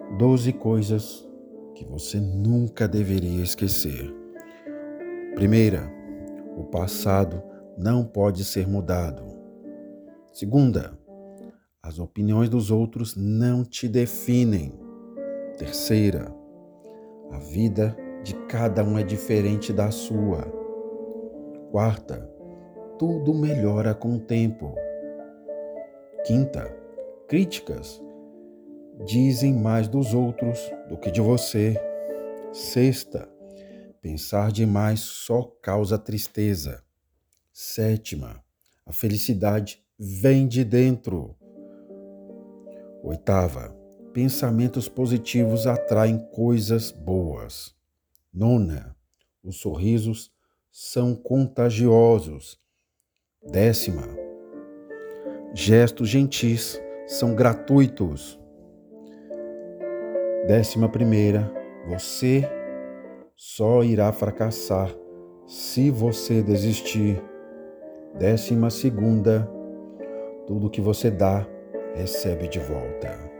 12 coisas que você nunca deveria esquecer. Primeira, o passado não pode ser mudado. Segunda, as opiniões dos outros não te definem. Terceira, a vida de cada um é diferente da sua. Quarta, tudo melhora com o tempo. Quinta, críticas dizem mais dos outros do que de você. Sexta, pensar demais só causa tristeza. Sétima, a felicidade vem de dentro. Oitava, pensamentos positivos atraem coisas boas. Nona, os sorrisos são contagiosos. Décima, gestos gentis são gratuitos. 11ª, você só irá fracassar se você desistir. 12ª, tudo que você dá, recebe de volta.